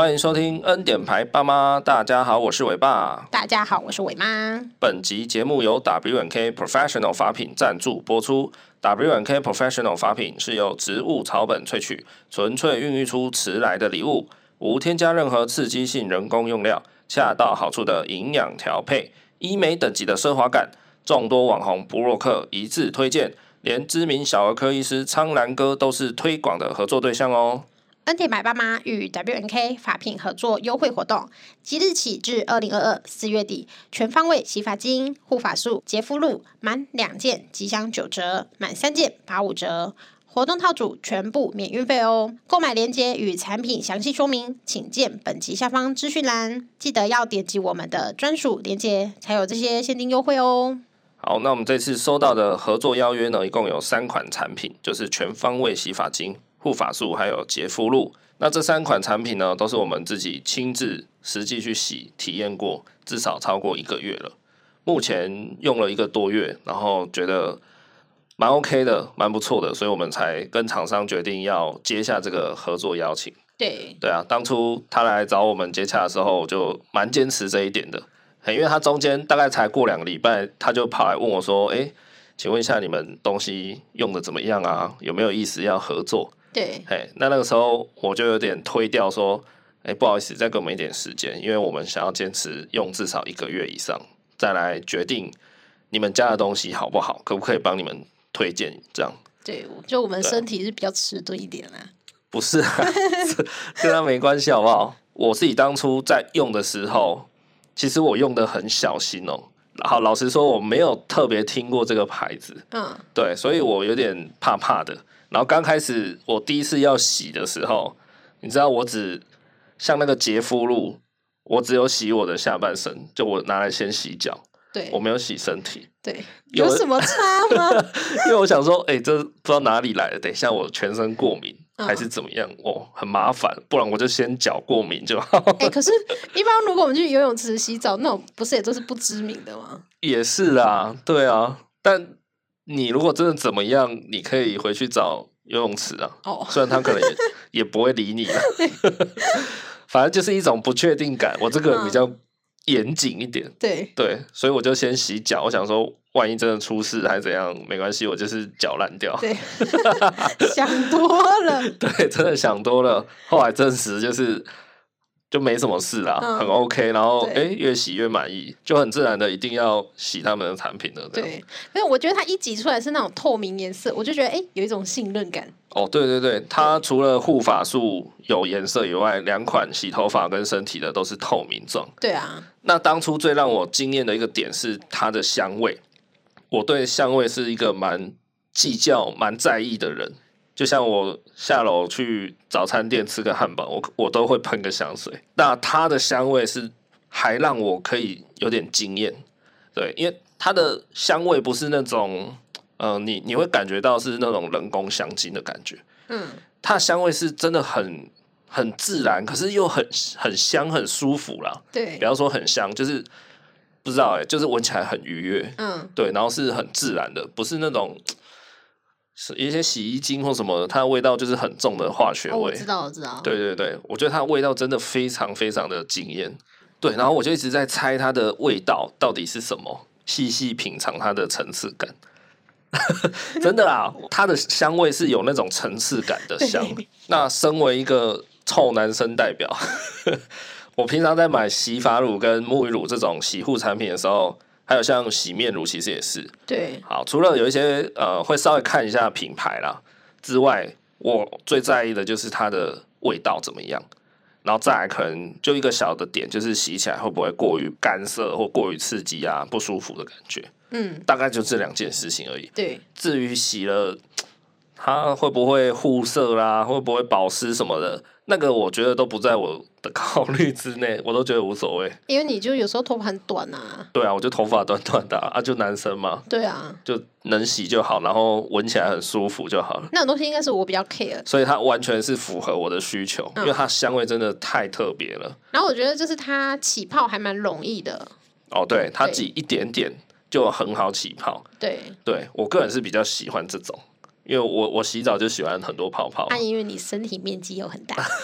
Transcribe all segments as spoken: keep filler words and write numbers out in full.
欢迎收听恩典牌爸妈，大家好，我是伟爸。 大家好，我是伟妈。 本集节目由 W and K Professional 法品赞助播出。W and K Professional 法品是由植物草本萃取，纯粹孕育出迟来的礼物，无添加任何刺激性人工用料，恰到好处的营养调配，医美等级的奢华感，众多网红部落客一致推荐，连知名小儿科医师苍兰哥都是推广的合作对象哦。 恩典牌爸妈与 W and K 法品合作优惠活动，即日起至二零二二四月底，全方位洗发精、护发素、洁肤露满两件即享九折，满三件八五折。活动套组全部免运费哦！购买链接与产品详细说明，请见本集下方资讯栏。记得要点击我们的专属链接，才有这些限定优惠哦。 好，那我们这次收到的合作邀约呢，一共有三款产品，就是全方位洗发精、护发素还有洁肤露。那这三款产品呢，都是我们自己亲自实际去洗体验过，至少超过一个月了。目前用了一个多月，然后觉得蛮 OK 的，蛮不错的，所以我们才跟厂商决定要接下这个合作邀请。 对对啊，当初他来找我们接洽的时候，就蛮坚持这一点的。因为他中间大概才过两个礼拜，他就跑来问我说：“哎，请问一下你们东西用的怎么样啊？有没有意思要合作？” 对， 嘿，那那个时候我就有点推掉说：“哎，不好意思，再给我们一点时间，因为我们想要坚持用至少一个月以上，再来决定你们家的东西好不好，可不可以帮你们推荐这样。” 对，就我们身体是比较迟钝一点啦。 不是啊，跟他没关系好不好？我自己当初在用的时候，其实我用的很小心哦。好，老实说，我没有特别听过这个牌子， 嗯， 对，所以我有点怕怕的。然后刚开始我第一次要洗的时候，你知道，我只像那个洁肤露，我只有洗我的下半身，就我拿来先洗脚， 对， 我没有洗身体。 对，有什么差吗？ 因为我想说，哎、欸，这不知道哪里来的，等一下我全身过敏。 嗯、 还是怎么样哦，很麻烦，不然我就先脚过敏就好。 哎、欸，可是，一般如果我们去游泳池洗澡，那种不是也都是不知名的吗？ 也是啊，对啊。但你如果真的怎么样，你可以回去找游泳池啊。哦，虽然他可能也也不会理你了。反正就是一种不确定感。我这个人比较严谨一点， 对对，所以我就先洗脚。我想说，万一真的出事还是怎样，没关系，我就是脚烂掉。 对，想多了。 对，真的想多了。后来证实就是就没什么事啦，嗯、很 OK。然后哎，越洗越满意，就很自然的一定要洗他们的产品了。 对，因为我觉得它一挤出来是那种透明颜色，我就觉得哎，有一种信任感。 哦，对对对，它除了护发素有颜色以外，两款洗头发跟身体的都是透明状。 对啊。 那当初最让我惊艳的一个点是它的香味。我对香味是一个蛮计较、蛮在意的人。就像我下楼去早餐店吃个汉堡，我我都会喷个香水。那它的香味是还让我可以有点惊艳，对，因为它的香味不是那种，呃，你你会感觉到是那种人工香精的感觉。嗯，它的香味是真的很很自然，可是又很很香、很舒服啦。 对， 不要说很香，就是不知道哎、欸，就是闻起来很愉悦。嗯，对，然后是很自然的，不是那种。一些洗衣精或什么的，它的味道就是很重的化学味。哦、 我知道，我知道。 对对对，我觉得它的味道真的非常非常的惊艳。对，然后我就一直在猜它的味道到底是什么，细细品尝它的层次感。真的啦，它的香味是有那种层次感的香。那身为一个臭男生代表，我平常在买洗发乳跟沐浴乳这种洗护产品的时候。还有像洗面乳，其实也是对。 好，除了有一些呃会稍微看一下品牌啦之外，我最在意的就是它的味道怎么样。然后再来可能就一个小的点，就是洗起来会不会过于干涩或过于刺激啊，不舒服的感觉。嗯，大概就这两件事情而已。 对。 至于洗了它会不会护色啦，会不会保湿什么的，那个我觉得都不在我的考虑之内，我都觉得无所谓。 因为你就有时候头发很短啊。 对啊，我就头发短短的 啊, 啊，就男生嘛。 对啊， 就能洗就好，然后闻起来很舒服就好了。 那种东西应该是我比较 care， 所以它完全是符合我的需求，嗯、因为它香味真的太特别了。 然后我觉得就是它起泡还蛮容易的。 哦，对，它挤一点点就很好起泡。 对， 对我个人是比较喜欢这种。因为我我洗澡就喜欢很多泡泡， 啊，因为你身体面积又很大。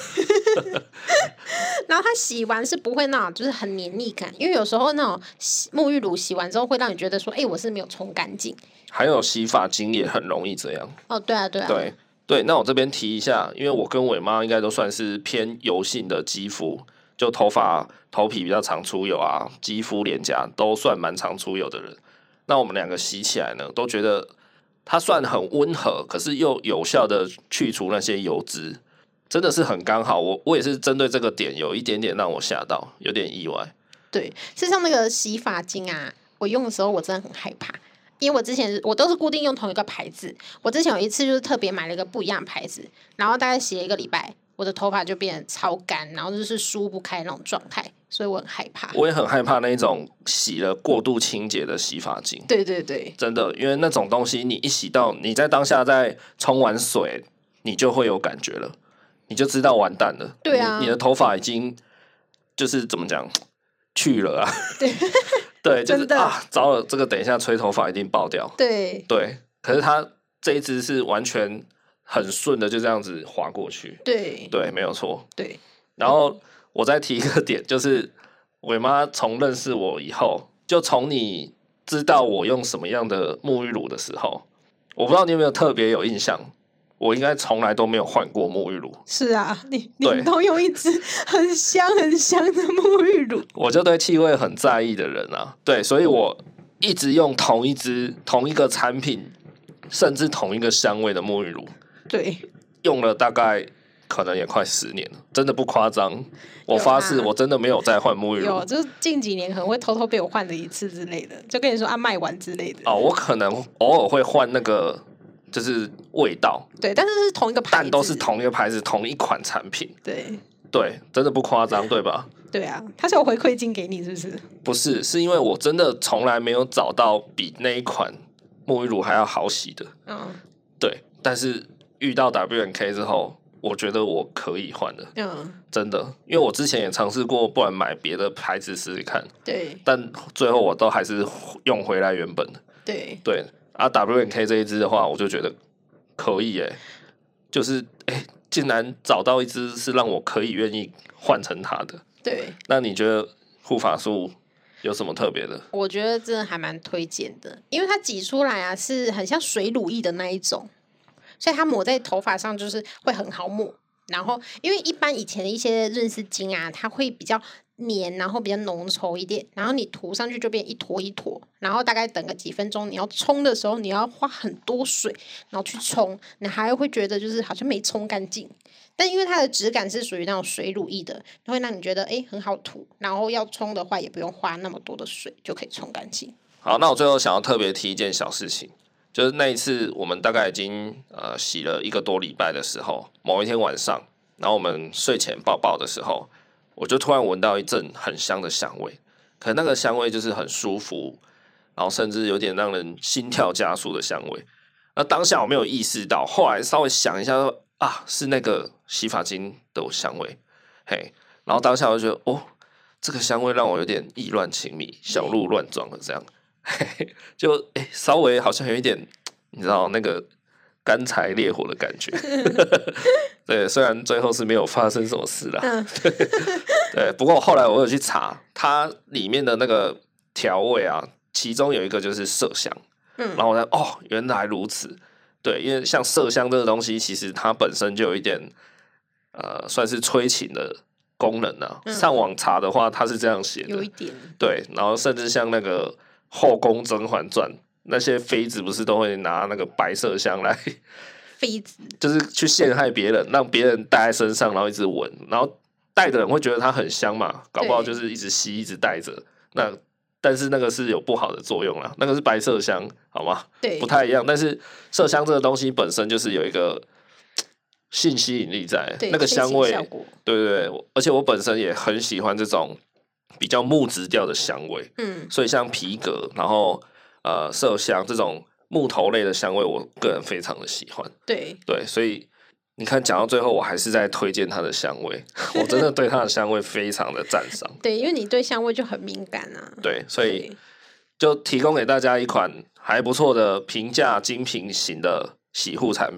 然后它洗完是不会那种就是很黏腻感，因为有时候那种沐浴乳洗完之后会让你觉得说，哎、欸，我是没有冲干净。 还有洗发精也很容易这样。 哦，对啊，对啊， 对对。那我这边提一下，因为我跟伟妈应该都算是偏油性的肌肤，就头发头皮比较常出油啊，肌肤脸颊都算蛮常出油的人。那我们两个洗起来呢，都觉得它算很温和，可是又有效的去除那些油脂。真的是很刚好，我我也是针对这个点有一点点让我吓到，有点意外。 对，事实上那个洗发精啊，我用的时候我真的很害怕，因为我之前我都是固定用同一个牌子。我之前有一次就是特别买了一个不一样的牌子，然后大概洗了一个礼拜，我的头发就变得超干，然后就是梳不开那种状态，所以我很害怕。 我也很害怕那种洗了过度清洁的洗发精。 对对对， 真的，因为那种东西你一洗到，你在当下在冲完水，你就会有感觉了。你就知道完蛋了。 对啊， 你，你的头发已经就是怎么讲去了啊？ 对对，就是啊，糟了，这个等一下吹头发一定爆掉。 对对，可是它这一支是完全很顺的，就这样子滑过去。 对对，没有错。 对， 然后我再提一个点，就是伟妈从认识我以后，就从你知道我用什么样的沐浴乳的时候，我不知道你有没有特别有印象。我应该从来都没有换过沐浴乳。 是啊，你你都用一支很香很香的沐浴乳。 我就对气味很在意的人啊，对，所以我一直用同一支、同一个产品，甚至同一个香味的沐浴乳。 对， 用了大概可能也快十年了，真的不夸张。我发誓，我真的没有再换沐浴乳。 有，就是近几年可能会偷偷被我换了一次之类的，就跟你说啊，卖完之类的。 哦，我可能偶尔会换那个。就是味道， 对，但是是同一个牌子， 但都是同一个牌子，同一款产品。 对对，真的不夸张，对吧？ 对啊，他是有回馈金给你，是不是？ 不是，是因为我真的从来没有找到比那一款沐浴乳还要好洗的。 嗯， 对。但是遇到 W and K 之后，我觉得我可以换了。 嗯， 真的，因为我之前也尝试过，不然买别的牌子试试看。 对。 但最后我都还是用回来原本的。 对对。啊 ，W and K 这一支的话，我就觉得可以耶、欸，就是哎、欸，竟然找到一支是让我可以愿意换成它的。 对， 那你觉得护发素有什么特别的？ 我觉得真的还蛮推荐的，因为它挤出来啊是很像水乳液的那一种，所以它抹在头发上就是会很好抹。然后，因为一般以前的一些润丝巾啊，它会比较黏，然后比较浓稠一点，然后你涂上去就变一坨一坨，然后大概等个几分钟，你要冲的时候，你要花很多水，然后去冲，你还会觉得就是好像没冲干净。但因为它的质感是属于那种水乳液的，会让你觉得哎很好涂，然后要冲的话也不用花那么多的水就可以冲干净。 好，那我最后想要特别提一件小事情。就是那一次，我们大概已经呃洗了一个多礼拜的时候，某一天晚上，然后我们睡前抱抱的时候，我就突然闻到一阵很香的香味，可能那个香味就是很舒服，然后甚至有点让人心跳加速的香味。那当下我没有意识到，后来稍微想一下说啊，是那个洗发精的香味，嘿，然后当下我就觉得哦，这个香味让我有点意乱情迷，小鹿乱撞了这样。就哎、欸，稍微好像有一点，你知道那个干柴烈火的感觉。对，虽然最后是没有发生什么事啦。嗯、对, 对，不过后来我有去查，它里面的那个调味啊，其中有一个就是麝香。嗯，然后我才哦，原来如此。对，因为像麝香这个东西，其实它本身就有一点呃，算是催情的功能啊。嗯、上网查的话，它是这样写的， 有一点。对， 然后甚至像那个。后宫甄嬛传那些妃子不是都会拿那个白麝香来， 妃子就是去陷害别人，让别人戴在身上，然后一直闻，然后戴的人会觉得它很香嘛，搞不好就是一直吸一直戴着。那但是那个是有不好的作用啦，那个是白麝香，好吗？ 对， 不太一样。但是麝香这个东西本身就是有一个性吸引力在，那个香味，对对对，而且我本身也很喜欢这种。比较木质调的香味，嗯，所以像皮革，然后呃麝香这种木头类的香味，我个人非常的喜欢。 对对，所以你看讲到最后，我还是在推荐它的香味，我真的对它的香味非常的赞赏。 对，因为你对香味就很敏感啊。 对，所以就提供给大家一款还不错的平价精品型的洗护产品。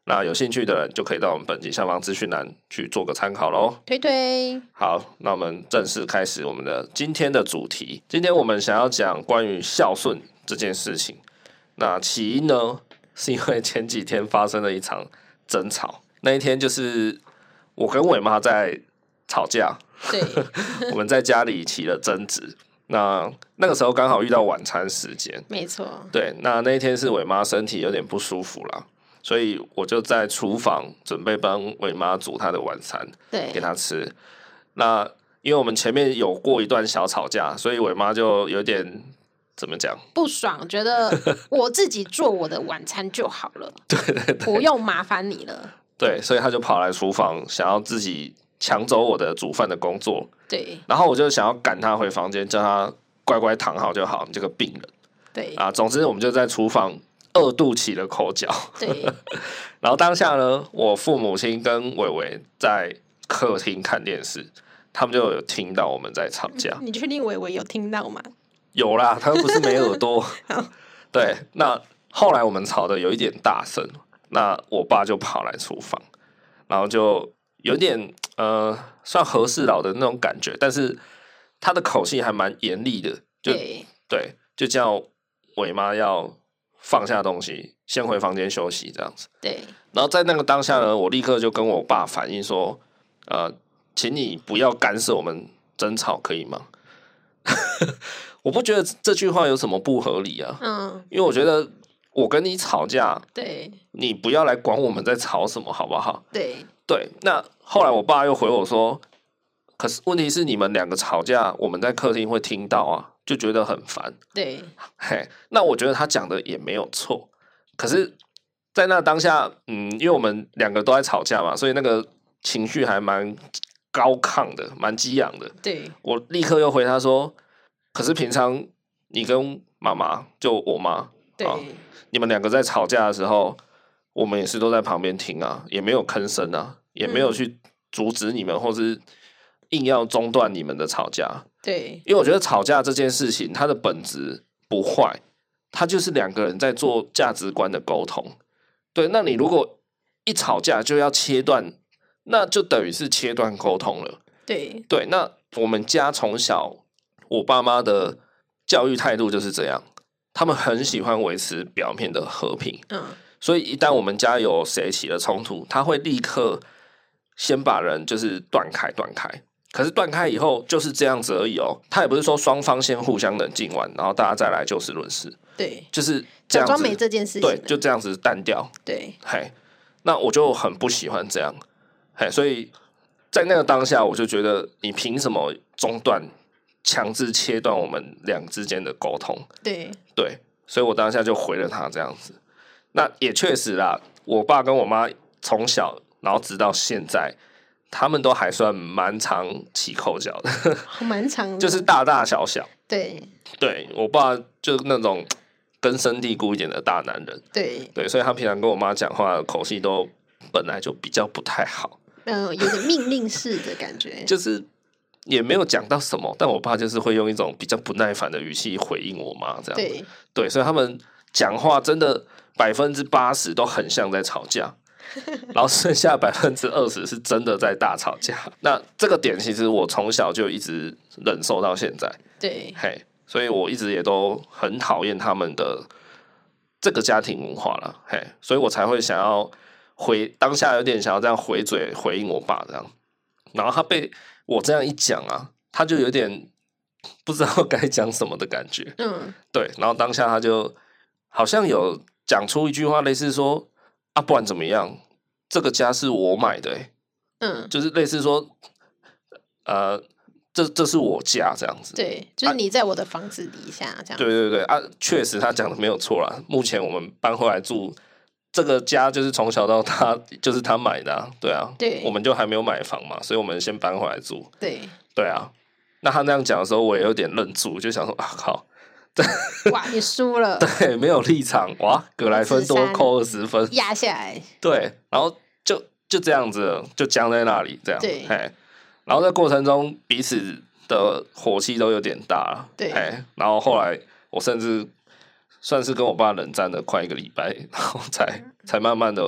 那有兴趣的人就可以到我们本集下方资讯栏去做个参考咯。 推推。 好，那我们正式开始我们的今天的主题。今天我们想要讲关于孝顺这件事情。那起因呢，是因为前几天发生了一场争吵。那一天就是我跟伟妈在吵架， 对， 我们在家里起了争执。那那个时候刚好遇到晚餐时间， 没错。对， 那那一天是伟妈身体有点不舒服啦。所以我就在厨房准备帮伟妈煮她的晚餐， 对， 给她吃。那因为我们前面有过一段小吵架，所以伟妈就有点怎么讲不爽，觉得我自己做我的晚餐就好了， 对对对， 不用麻烦你了。 对，所以她就跑来厨房，想要自己抢走我的煮饭的工作。 对， 然后我就想要赶她回房间，叫她乖乖躺好就好，你这个病人。 对啊，总之我们就在厨房二度起了口角。 对， 然后当下呢，我父母亲跟伟伟在客厅看电视，他们就有听到我们在吵架。 你确定伟伟有听到吗？ 有啦，他又不是没耳朵。对，那后来我们吵的有一点大声，那我爸就跑来厨房，然后就有点呃，算和事佬的那种感觉，但是他的口气还蛮严厉的，就对对，就叫伟妈要放下东西，先回房间休息这样子。 对， 然后在那个当下呢，我立刻就跟我爸反映说，呃，请你不要干涉我们争吵，可以吗？我不觉得这句话有什么不合理啊。 嗯， 因为我觉得我跟你吵架， 对， 你不要来管我们在吵什么，好不好？ 对， 对。那后来我爸又回我说，可是问题是你们两个吵架，我们在客厅会听到啊。就觉得很烦， 对， 嘿，那我觉得他讲的也没有错，可是，在那当下，嗯，因为我们两个都在吵架嘛，所以那个情绪还蛮高亢的，蛮激昂的。 对， 我立刻又回他说，可是平常你跟妈妈，就我妈， 对、 啊，你们两个在吵架的时候，我们也是都在旁边听啊，也没有吭声啊，也没有去阻止你们，嗯、或是硬要中断你们的吵架。 对， 因为我觉得吵架这件事情，它的本质不坏，它就是两个人在做价值观的沟通。对，那你如果一吵架就要切断，那就等于是切断沟通了。 对， 对，那我们家从小，我爸妈的教育态度就是这样，他们很喜欢维持表面的和平。 嗯， 所以一旦我们家有谁起了冲突，他会立刻先把人就是断开，断开。可是断开以后就是这样子而已哦，他也不是说双方先互相冷静完，然后大家再来就事论事。 对， 就是这样子， 假装没这件事情。 对，就这样子淡掉。 对， 嘿，那我就很不喜欢这样。嘿，所以在那个当下，我就觉得你凭什么中断、强制切断我们俩之间的沟通？ 对， 对，所以我当下就回了他这样子。那也确实啦，我爸跟我妈从小，然后直到现在。他们都还算蛮常起口角的， 蛮常的， 就是大大小小。 对， 对我爸就那种根深蒂固一点的大男人。 对对，所以他平常跟我妈讲话的口气都本来就比较不太好， 嗯、呃，有点命令式的感觉， 就是也没有讲到什么，但我爸就是会用一种比较不耐烦的语气回应我妈这样。 对对，所以他们讲话真的百分之八十都很像在吵架。然后剩下百分之二十是真的在大吵架，那这个点其实我从小就一直忍受到现在， 对， 嘿，所以我一直也都很讨厌他们的这个家庭文化了，嘿，所以我才会想要回当下有点想要这样回嘴回应我爸这样，然后他被我这样一讲啊，他就有点不知道该讲什么的感觉， 嗯， 对，然后当下他就好像有讲出一句话，类似说。啊，不管怎么样，这个家是我买的、欸， 嗯， 就是类似说，呃，这这是我家这样子， 对，就是你在我的房子底下这样， 对对对啊，确实他讲的没有错啦。目前我们搬回来住，这个家就是从小到大就是他买的、啊，对啊， 对， 我们就还没有买房嘛，所以我们先搬回来住， 对， 对啊。那他那样讲的时候，我也有点愣住，就想说啊靠。 哇，你输了， 对，没有立场，哇，葛莱芬多扣二十分， 压下来， 对，然后就就这样子，就僵在那里，这样， 对， 嘿，然后在过程中彼此的火气都有点大， 对， 嘿，然后后来我甚至算是跟我爸冷战了快一个礼拜，然后才才慢慢的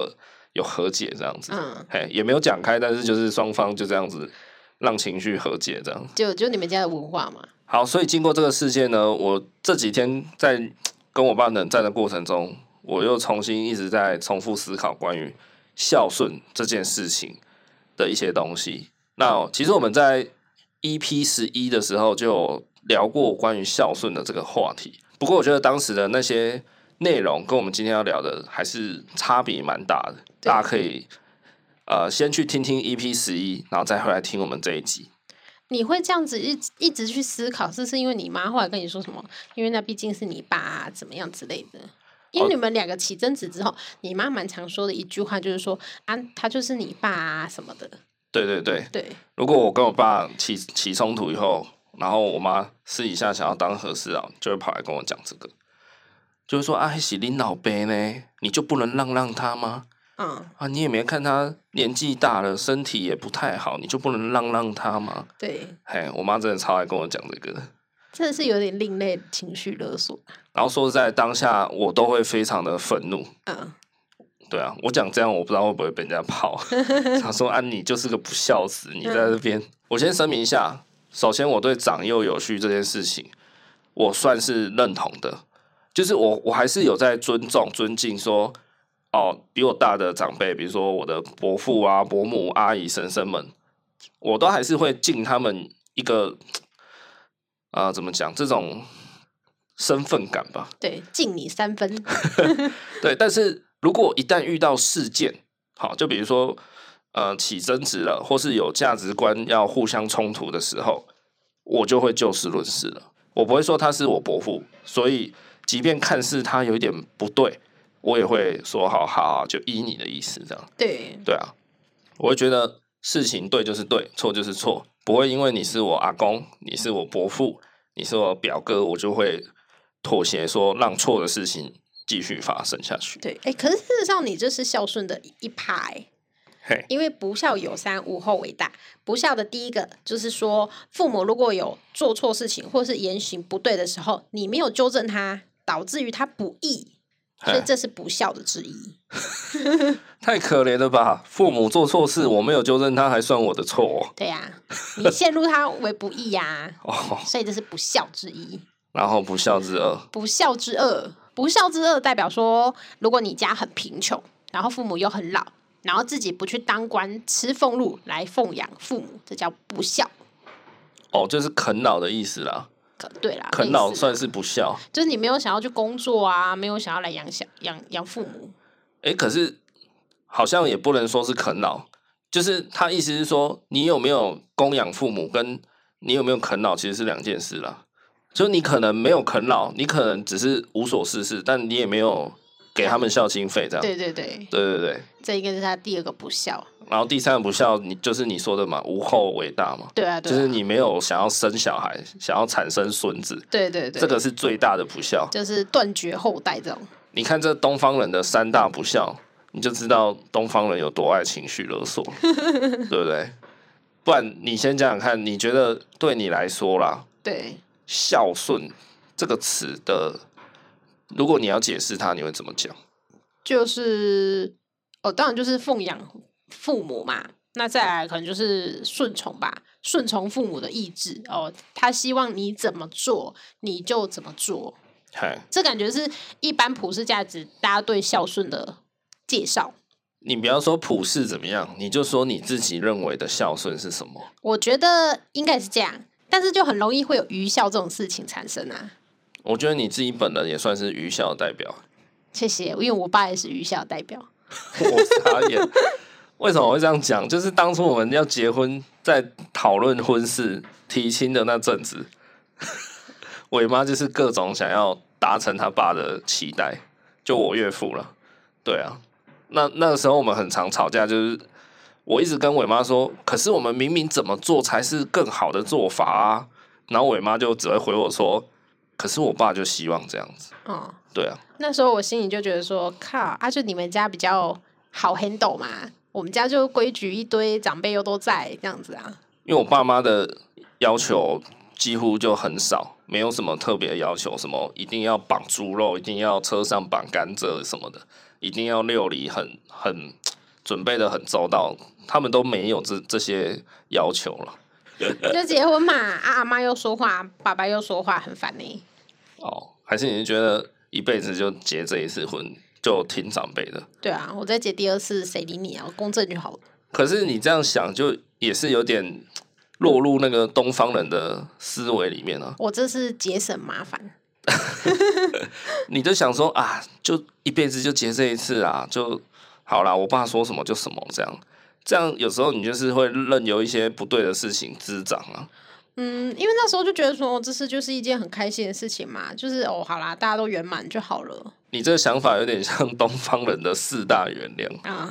有和解这样子， 嗯， 嘿，也没有讲开，但是就是双方就这样子让情绪和解这样。 就就你们家的文化嘛。 好，所以经过这个事件呢，我这几天在跟我爸冷战的过程中，我又重新一直在重复思考关于孝顺这件事情的一些东西。那其实我们在 E P 十一的时候就有聊过关于孝顺的这个话题，不过我觉得当时的那些内容跟我们今天要聊的还是差别蛮大的，大家可以呃先去听听 E P 十一，然后再回来听我们这一集。 你会这样子一一直去思考，是是因为你妈后来跟你说什么？因为那毕竟是你爸、啊、怎么样之类的。因为你们两个起争执之后，你妈蛮常说的一句话就是说啊，他就是你爸啊什么的。 对对对对。 如果我跟我爸起起冲突以后，然后我妈私底下想要当和事佬，就会跑来跟我讲这个，就是说啊，那是你老爸呢，你就不能让让他吗？ 嗯啊，你也没看他年纪大了，身体也不太好，你就不能让让他吗？ 对， 嘿，我妈真的超爱跟我讲这个的， 真的是有点另类情绪勒索。 然后说实在当下我都会非常的愤怒。 嗯， 对啊，我讲这样我不知道会不会被人家炮。他说啊，你就是个不孝子，你在这边。嗯、我先声明一下，首先我对长幼有序这件事情，我算是认同的，就是我我还是有在尊重、尊敬说。哦，比我大的长辈，比如说我的伯父啊、伯母、阿姨、婶婶们，我都还是会敬他们一个，啊、呃，怎么讲？这种身份感吧。 对，敬你三分。 对，但是如果一旦遇到事件，好，就比如说呃起争执了，或是有价值观要互相冲突的时候，我就会就事论事了。我不会说他是我伯父，所以即便看似他有一点不对。我也会说好好，就依你的意思这样。 对对啊，我会觉得事情对就是对，错就是错，不会因为你是我阿公，你是我伯父，你是我表哥，我就会妥协说让错的事情继续发生下去。 对，哎、欸，可是事实上你这是孝顺的一派、欸。 Hey. 因为不孝有三，无后为大。不孝的第一个就是说，父母如果有做错事情或是言行不对的时候，你没有纠正他，导致于他不义。所以这是不孝的之一。 太可怜了吧！父母做错事，我没有纠正他，还算我的错、哦。 对呀、啊，你陷入他为不义呀、啊哦， 所以这是不孝之一。 然后不孝之二， 不孝之二，不孝之二代表说，如果你家很贫穷，然后父母又很老，然后自己不去当官吃俸禄来奉养父母，这叫不孝。 哦，就是啃老的意思啦。 对啦， 啃老算是不孝， 就是你没有想要去工作啊，没有想要来养小养养父母。 哎、欸，可是好像也不能说是啃老，就是他意思是说，你有没有供养父母，跟你有没有啃老其实是两件事啦。就你可能没有啃老，你可能只是无所事事，但你也没有给他们孝心费，这样。 对对对， 对对对， 这应该是他第二个不孝。 然后第三个不孝，你就是你说的嘛，无后为大嘛。 对啊，对啊， 就是你没有想要生小孩，想要产生孙子。 对对对， 这个是最大的不孝， 就是断绝后代这种。 你看这东方人的三大不孝，你就知道东方人有多爱情绪勒索，对不对？不然你先讲讲看，你觉得对你来说啦， 对孝顺这个词的，如果你要解释它，你会怎么讲？ 就是哦，当然就是奉养父母嘛。那再来可能就是顺从吧，顺从父母的意志哦。他希望你怎么做，你就怎么做。这感觉是一般普世价值，大家对孝顺的介绍。 你不要说普世怎么样，你就说你自己认为的孝顺是什么？ 我觉得应该是这样，但是就很容易会有愚孝这种事情产生啊。 我觉得你自己本人也算是愚孝代表。 谢谢，因为我爸也是愚孝代表。 我傻眼，为什么我会这样讲？就是当初我们要结婚，在讨论婚事、提亲的那阵子，伟妈就是各种想要达成他爸的期待，就我岳父了。对啊，那那个时候我们很常吵架，就是我一直跟伟妈说，可是我们明明怎么做才是更好的做法啊，然后伟妈就只会回我说，可是我爸就希望这样子。 哦， 对啊， 那时候我心里就觉得说，靠啊，就你们家比较好 handle 嘛，我们家就规矩一堆，长辈又都在这样子啊。 因为我爸妈的要求几乎就很少，没有什么特别的要求，什么一定要绑猪肉，一定要车上绑甘蔗什么的，一定要料理很很准备的很周到，他们都没有这这些要求了。 就结婚嘛，啊阿妈又说话，爸爸又说话，很烦呢。 哦，还是你觉得一辈子就结这一次婚，就听长辈的？ 对啊，我再结第二次，谁理你啊？我公证就好了。 可是你这样想，就也是有点落入那个东方人的思维里面啊。 我这是节省麻烦。 你就想说啊，就一辈子就结这一次啊，就好啦，我爸说什么就什么，这样，这样有时候你就是会任由一些不对的事情滋长啊。 嗯，因为那时候就觉得说，这次就是一件很开心的事情嘛，就是哦，好啦，大家都圆满就好了。 你这个想法有点像东方人的四大原谅啊，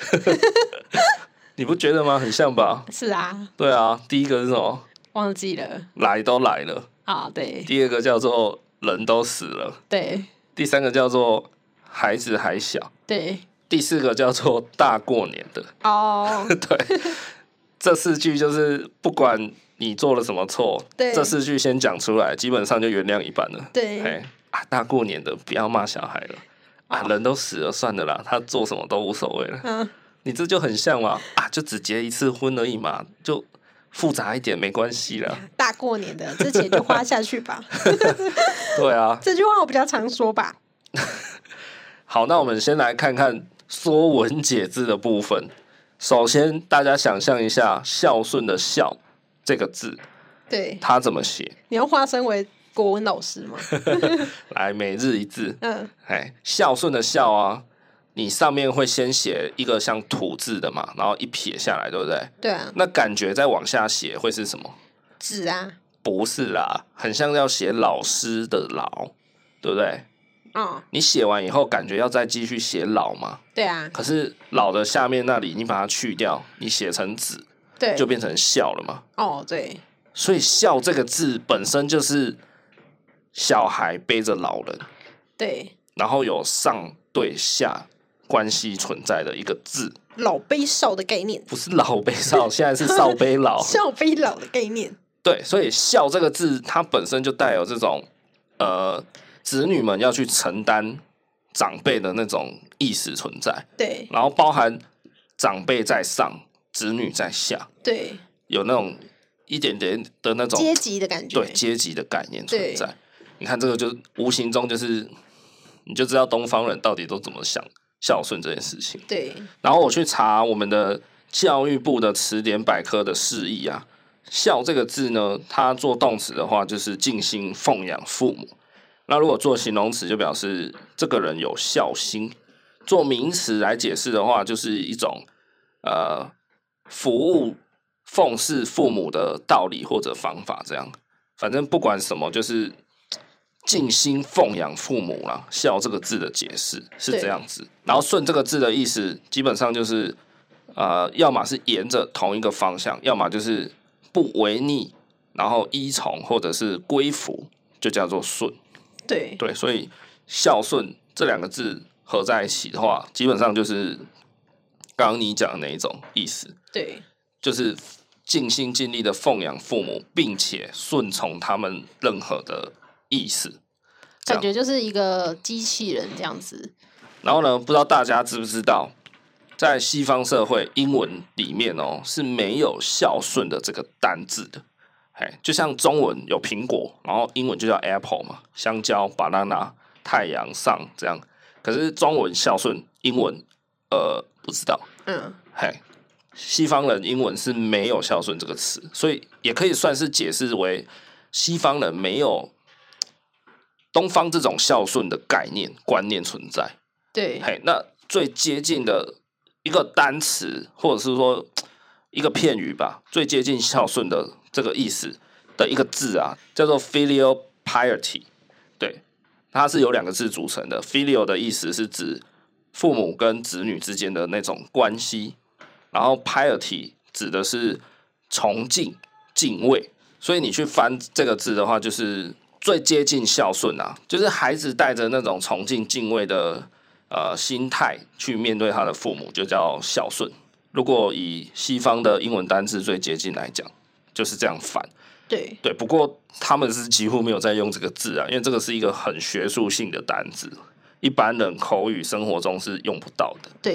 你不觉得吗？很像吧？ 是啊。 对啊，第一个是什么？ 忘记了。 来都来了啊，对。 第二个叫做人都死了， 对。 第三个叫做孩子还小， 对。 第四个叫做大过年的。 哦， 对，这四句就是不管你做了什么错，这四句先讲出来，基本上就原谅一半了。 对， 哎啊，大过年的不要骂小孩了、哦、啊，人都死了算了啦，他做什么都无所谓了。嗯，你这就很像嘛，啊，就只结一次婚而已嘛，就复杂一点没关系啦。 大过年的，这钱就花下去吧。 对啊， 这句话我比较常说吧。 好，那我们先来看看《说文解字》的部分。首先，大家想象一下孝顺的“孝”这个字， 对， 它怎么写？ 你要化身为国文老师吗？ 来，每日一字。 嗯， 哎，孝顺的“孝”啊，你上面会先写一个像土字的嘛，然后一撇下来，对不对？ 对啊。 那感觉再往下写会是什么？ 子啊？ 不是啦，很像要写老师的“老”，对不对？ 哦， 你写完以后，感觉要再继续写老嘛？ 对啊。 可是老的下面那里，你把它去掉，你写成子， 对， 就变成孝了嘛？ 哦，对。 所以孝这个字本身就是小孩背着老人， 对， 然后有上对下关系存在的一个字， 老背少的概念， 不是老背少，现在是少背老， 少背老的概念。 对，所以孝这个字它本身就带有这种呃。子女们要去承担长辈的那种意识存在， 对， 然后包含长辈在上，子女在下， 对， 有那种一点点的那种阶级的感觉， 对，阶级的概念存在。你看这个就无形中就是，你就知道东方人到底都怎么想孝顺这件事情。 对， 然后我去查我们的教育部的词典百科的释义啊，孝这个字呢，它做动词的话就是尽心奉养父母。那如果做形容词，就表示这个人有孝心；做名词来解释的话，就是一种呃服务、奉侍父母的道理或者方法。这样，反正不管什么，就是尽心奉养父母啦。孝这个字的解释是这样子，然后顺这个字的意思，基本上就是呃，要么是沿着同一个方向，要么就是不违逆，然后依从或者是归服，就叫做顺。 对对，所以孝顺这两个字合在一起的话，基本上就是刚刚你讲的那一种意思。 对， 就是尽心尽力的奉养父母，并且顺从他们任何的意思， 感觉就是一个机器人这样子。 然后呢，不知道大家知不知道，在西方社会，英文里面哦是没有孝顺的这个单字的。就像中文有苹果，然后英文就叫 apple 嘛，香蕉 banana 太阳上这样。可是中文孝顺，英文呃不知道。嗯，嘿，西方人英文是没有孝顺这个词，所以也可以算是解释为西方人没有东方这种孝顺的概念观念存在。 对， 嘿，那最接近的一个单词，或者是说一个片语吧，最接近孝顺的这个意思的一个字啊，叫做 filial piety。对，它是由两个字组成的。filial 的意思是指父母跟子女之间的那种关系，然后 piety 指的是崇敬、敬畏。所以你去翻这个字的话，就是最接近孝顺啊，就是孩子带着那种崇敬、敬畏的呃心态去面对他的父母，就叫孝顺。如果以西方的英文单字最接近来讲，就是这样翻。 对对，不过他们是几乎没有在用这个字啊，因为这个是一个很学术性的单字，一般人口语生活中是用不到的。 对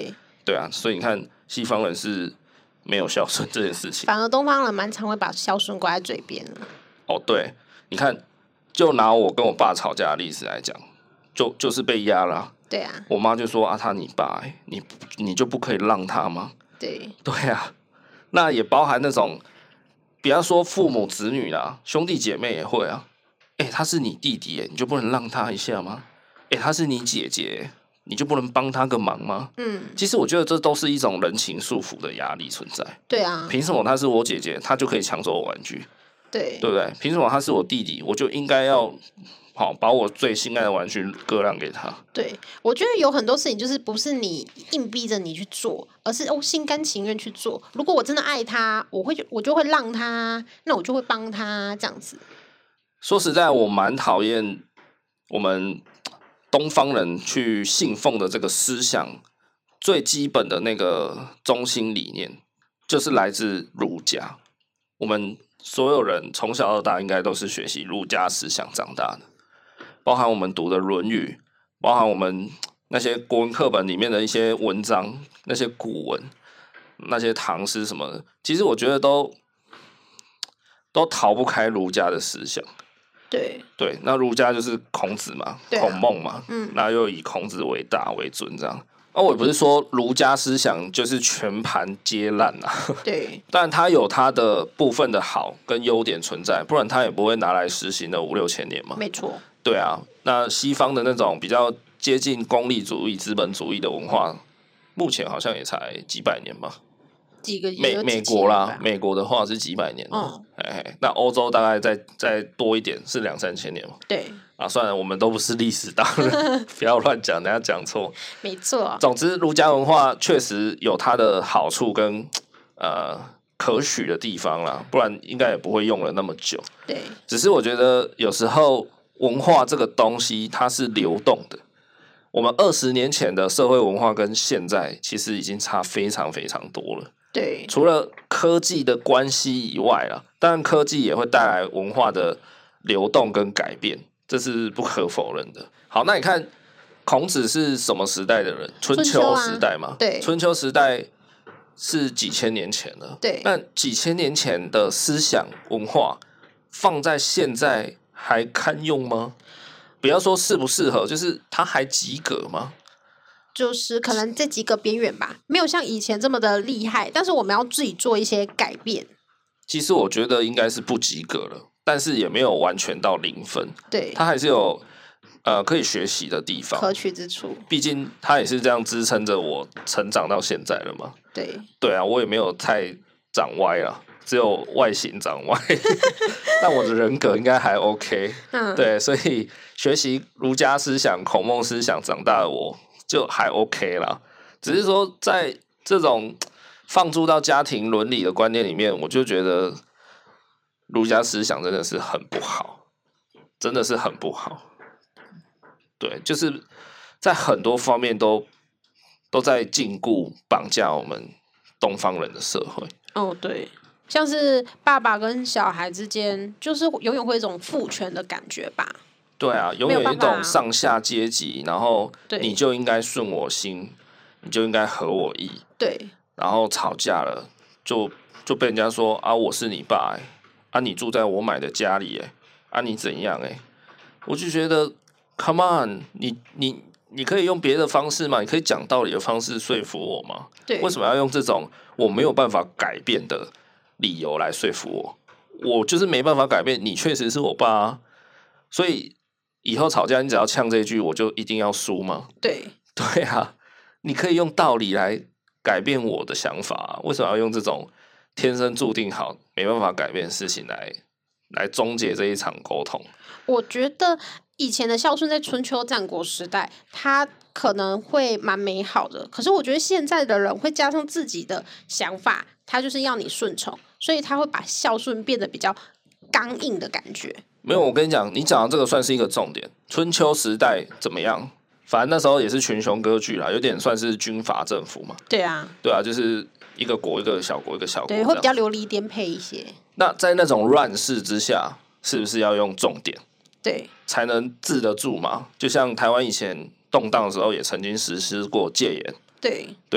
对啊，所以你看西方人是没有孝顺这件事情， 反而东方人蛮常会把孝顺挂在嘴边的。 哦，对，你看，就拿我跟我爸吵架的例子来讲，就就是被压了、啊。 对啊， 我妈就说啊，他你爸、欸，你你就不可以让他吗？ 对对啊，那也包含那种，不要说父母子女啦，兄弟姐妹也会啊。哎、欸，他是你弟弟、欸，你就不能让他一下吗？哎、欸，他是你姐姐、欸，你就不能帮他个忙吗？嗯，其实我觉得这都是一种人情束缚的压力存在。 对啊， 凭什么他是我姐姐，他就可以抢走我玩具？ 对， 对不对？凭什么他是我弟弟，我就应该要好把我最心爱的玩具割让给他？ 对，我觉得有很多事情就是不是你硬逼着你去做，而是哦心甘情愿去做。如果我真的爱他，我会我就会让他，那我就会帮他这样子。 说实在，我蛮讨厌我们东方人去信奉的这个思想，最基本的那个中心理念，就是来自儒家。我们所有人从小到大应该都是学习儒家思想长大的，包含我们读的《论语》，包含我们那些国文课本里面的一些文章，那些古文，那些唐诗什么的，其实我觉得都都逃不开儒家的思想。 对对，那儒家就是孔子嘛，啊、孔孟嘛，嗯，那又以孔子为大为尊这样。那、啊、我也不是说儒家思想就是全盘皆烂啊， 对， 但它有它的部分的好跟优点存在，不然它也不会拿来实行了五六千年嘛。 没错。 对啊，那西方的那种比较接近功利主义、资本主义的文化，目前好像也才几百年吧。 几个美美国啦，美国的话是几百年，嗯，那欧洲大概再再多一点，是两三千年嘛。 对啊，算了，我们都不是历史党人，不要乱讲，等下讲错。 没错。 总之，儒家文化确实有它的好处跟呃可取的地方啦，不然应该也不会用了那么久。 对， 只是我觉得有时候文化这个东西它是流动的。我们二十年前的社会文化跟现在其实已经差非常非常多了。 对， 除了科技的关系以外啦，当然科技也会带来文化的流动跟改变，这是不可否认的。好，那你看孔子是什么时代的人？春秋时代嘛。 啊、对， 春秋时代是几千年前了。 对， 那几千年前的思想文化放在现在还堪用吗？不要说适不适合，就是它还及格吗？ 就是可能这几个边缘吧，没有像以前这么的厉害，但是我们要自己做一些改变。 其实我觉得应该是不及格了，但是也没有完全到零分。 对， 它还是有呃可以学习的地方， 可取之处。 毕竟它也是这样支撑着我成长到现在了嘛。 对， 对啊，我也没有太长歪了，只有外形长歪，但我的人格应该还 OK。嗯，对，所以学习儒家思想、孔孟思想长大的我。就还 OK 啦，只是说在这种放诸到家庭伦理的观念里面，我就觉得儒家思想真的是很不好，真的是很不好。对，就是在很多方面都都在禁锢、绑架我们东方人的社会。 哦，对，像是爸爸跟小孩之间，就是永远会有一种父权的感觉吧。 对啊，永远一种上下阶级，然后你就应该顺我心，你就应该合我意。 对，然后吵架了，就就被人家说啊，我是你爸、欸，啊，你住在我买的家里、欸，啊，你怎样、欸？我就觉得 ，Come on， 你你你可以用别的方式嘛，你可以讲道理的方式说服我嘛。 对， 为什么要用这种我没有办法改变的理由来说服我？我就是没办法改变，你确实是我爸啊，所以。以后吵架，你只要呛这一句，我就一定要输吗？ 对， 对啊，你可以用道理来改变我的想法、啊，为什么要用这种天生注定好没办法改变的事情来来终结这一场沟通？ 我觉得以前的孝顺在春秋战国时代，它可能会蛮美好的，可是我觉得现在的人会加上自己的想法，他就是要你顺从，所以他会把孝顺变得比较刚硬的感觉。 没有，我跟你讲，你讲的这个算是一个重点。春秋时代怎么样？反正那时候也是群雄割据啦，有点算是军阀政府嘛。 对啊， 对啊，就是一个国一个小国一个小国， 对，会比较流离颠沛一些。 那在那种乱世之下，是不是要用重点？ 对， 才能治得住嘛？就像台湾以前动荡的时候，也曾经实施过戒严。 对， 对啊，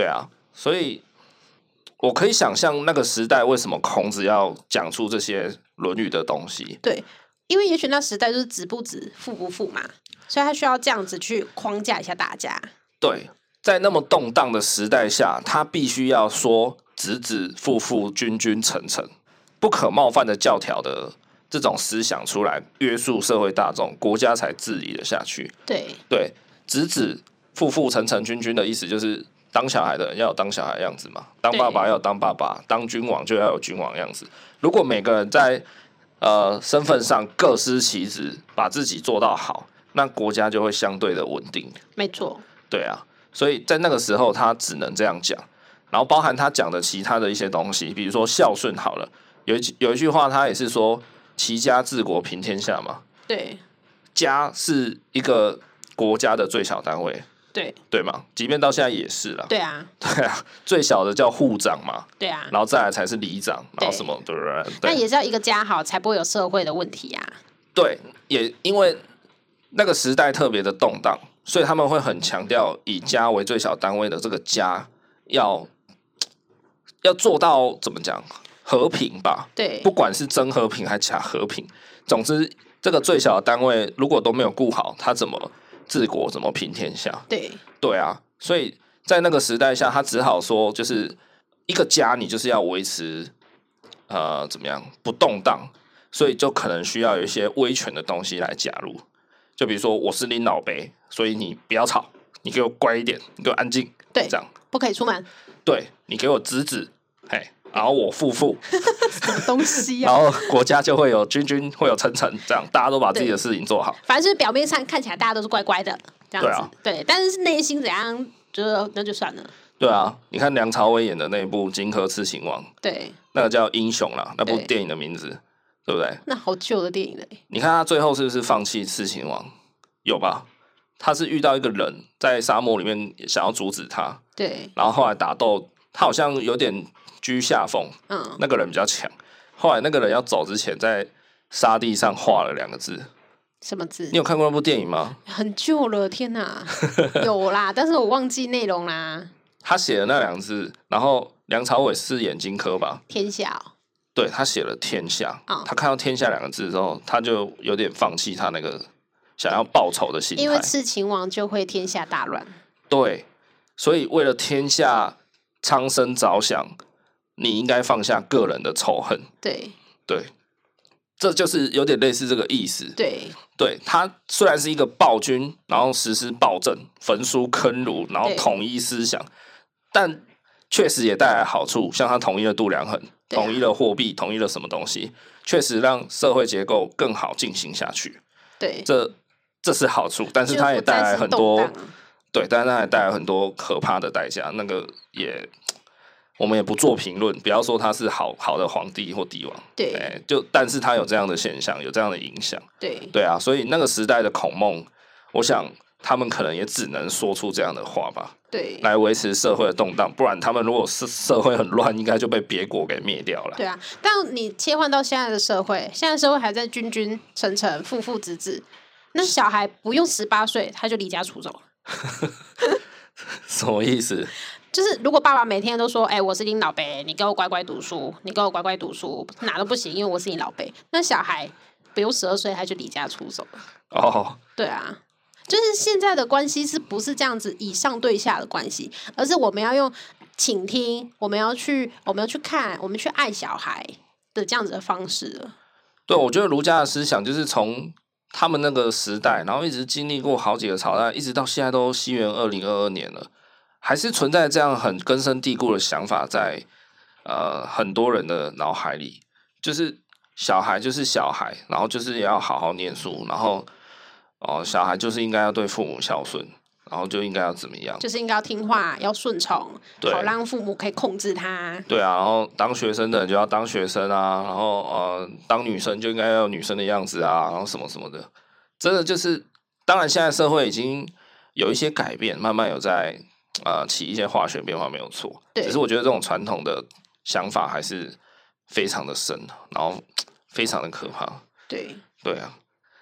所以我可以想象那个时代为什么孔子要讲出这些《论语》的东西。 对，因为也许那时代就是子不子，父不父嘛，所以他需要这样子去框架一下大家。 对，在那么动荡的时代下，他必须要说子子父父君君臣臣，不可冒犯的教条的这种思想出来，约束社会大众，国家才治理了下去。 对对，子子父父臣臣君君的意思就是。当小孩的人要有当小孩的样子嘛，当爸爸要有当爸爸，当君王就要有君王的样子。如果每个人在呃身份上各司其职，把自己做到好，那国家就会相对的稳定。 没错， 对啊，所以在那个时候他只能这样讲，然后包含他讲的其他的一些东西，比如说孝顺好了，有一有一句话他也是说齐家治国平天下嘛， 对， 家是一个国家的最小单位。 对对嘛，即便到现在也是啦。 对啊， 对啊，最小的叫户长嘛， 对啊， 然后再来才是里长，然后什么对不对？ 但也是要一个家好，才不会有社会的问题啊。 对，也因为那个时代特别的动荡，所以他们会很强调以家为最小单位的这个家要要做到怎么讲和平吧？ 对， 不管是真和平还是假和平，总之这个最小的单位如果都没有顾好，他怎么治国怎么平天下？ 对对啊，所以在那个时代下，他只好说，就是一个家，你就是要维持呃怎么样不动荡，所以就可能需要有一些威权的东西来加入。就比如说，我是你老辈，所以你不要吵，你给我乖一点，你给我安静， 对， 这样不可以出门。 对，你给我子子，嘿，然后我父父， 什么东西啊？ 然后国家就会有君君，会有臣臣，这样大家都把自己的事情做好。 反正就是表面上看起来大家都是乖乖的这样子， 对啊， 对，但是内心怎样，就那就算了。 对啊，你看梁朝伟演的那部《荆轲刺秦王》， 对， 那个叫《英雄》啦，那部电影的名字，对不对？ 那好旧的电影了。 你看他最后是不是放弃刺秦王？有吧？他是遇到一个人在沙漠里面想要阻止他， 对， 然后后来打斗，他好像有点居下风， 嗯， 那个人比较强。后来那个人要走之前，在沙地上画了两个字， 什么字？ 你有看过那部电影吗？ 很旧了，天哪！有啦，但是我忘记内容啦。 他写了那两个字，然后梁朝伟是演荆轲吧？ 天下、哦， 对，他写了天下， 哦、 他看到天下两个字之后，他就有点放弃他那个想要报仇的心态， 因为刺秦王就会天下大乱。 对，所以为了天下苍生着想，你应该放下个人的仇恨。 对对，这就是有点类似这个意思。 对对，他虽然是一个暴君，然后实施暴政、焚书坑儒，然后统一思想，但确实也带来好处，像他统一了度量衡， 对啊统一了货币，统一了什么东西，确实让社会结构更好进行下去。 对， 这这是好处，但是它也带来很多。 就不再是动荡对，但是它也带来很多可怕的代价。那个也，我们也不做评论，不要说他是好好的皇帝或帝王， 对欸，就但是他有这样的现象，有这样的影响， 对对啊，所以那个时代的孔孟，我想他们可能也只能说出这样的话吧， 对来维持社会的动荡，不然他们如果是社会很乱，应该就被别国给灭掉了。 对啊！但你切换到现在的社会，现在社会还在君君臣臣、父父子子，那小孩不用十八岁他就离家出走了。 什么意思？ 就是如果爸爸每天都说：“哎、欸，我是你老辈，你给我乖乖读书，你给我乖乖读书，哪都不行，因为我是你老辈。”那小孩不用十二岁他就离家出走了。 哦， 对啊，就是现在的关系是不是这样子以上对下的关系，而是我们要用倾听，我们要去，我们要去看，我们去爱小孩的这样子的方式了。 对，我觉得儒家的思想就是从他们那个时代，然后一直经历过好几个朝代，一直到现在都西元二零二二年了，还是存在这样很根深蒂固的想法在呃很多人的脑海里，就是小孩就是小孩，然后就是也要好好念书，然后哦、呃、小孩就是应该要对父母孝顺，然后就应该要怎么样， 就是应该要听话，要顺从，好让父母可以控制他。 对啊，然后当学生的人就要当学生啊，然后呃，当女生就应该要有女生的样子啊，然后什么什么的，真的就是，当然现在社会已经有一些改变，慢慢有在呃起一些化学变化，没有错。只是我觉得这种传统的想法还是非常的深，然后非常的可怕。 对对啊。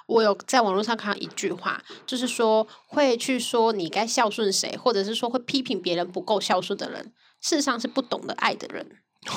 我有在网络上看到一句话，就是说会去说你该孝顺谁，或者是说会批评别人不够孝顺的人，事实上是不懂得爱的人。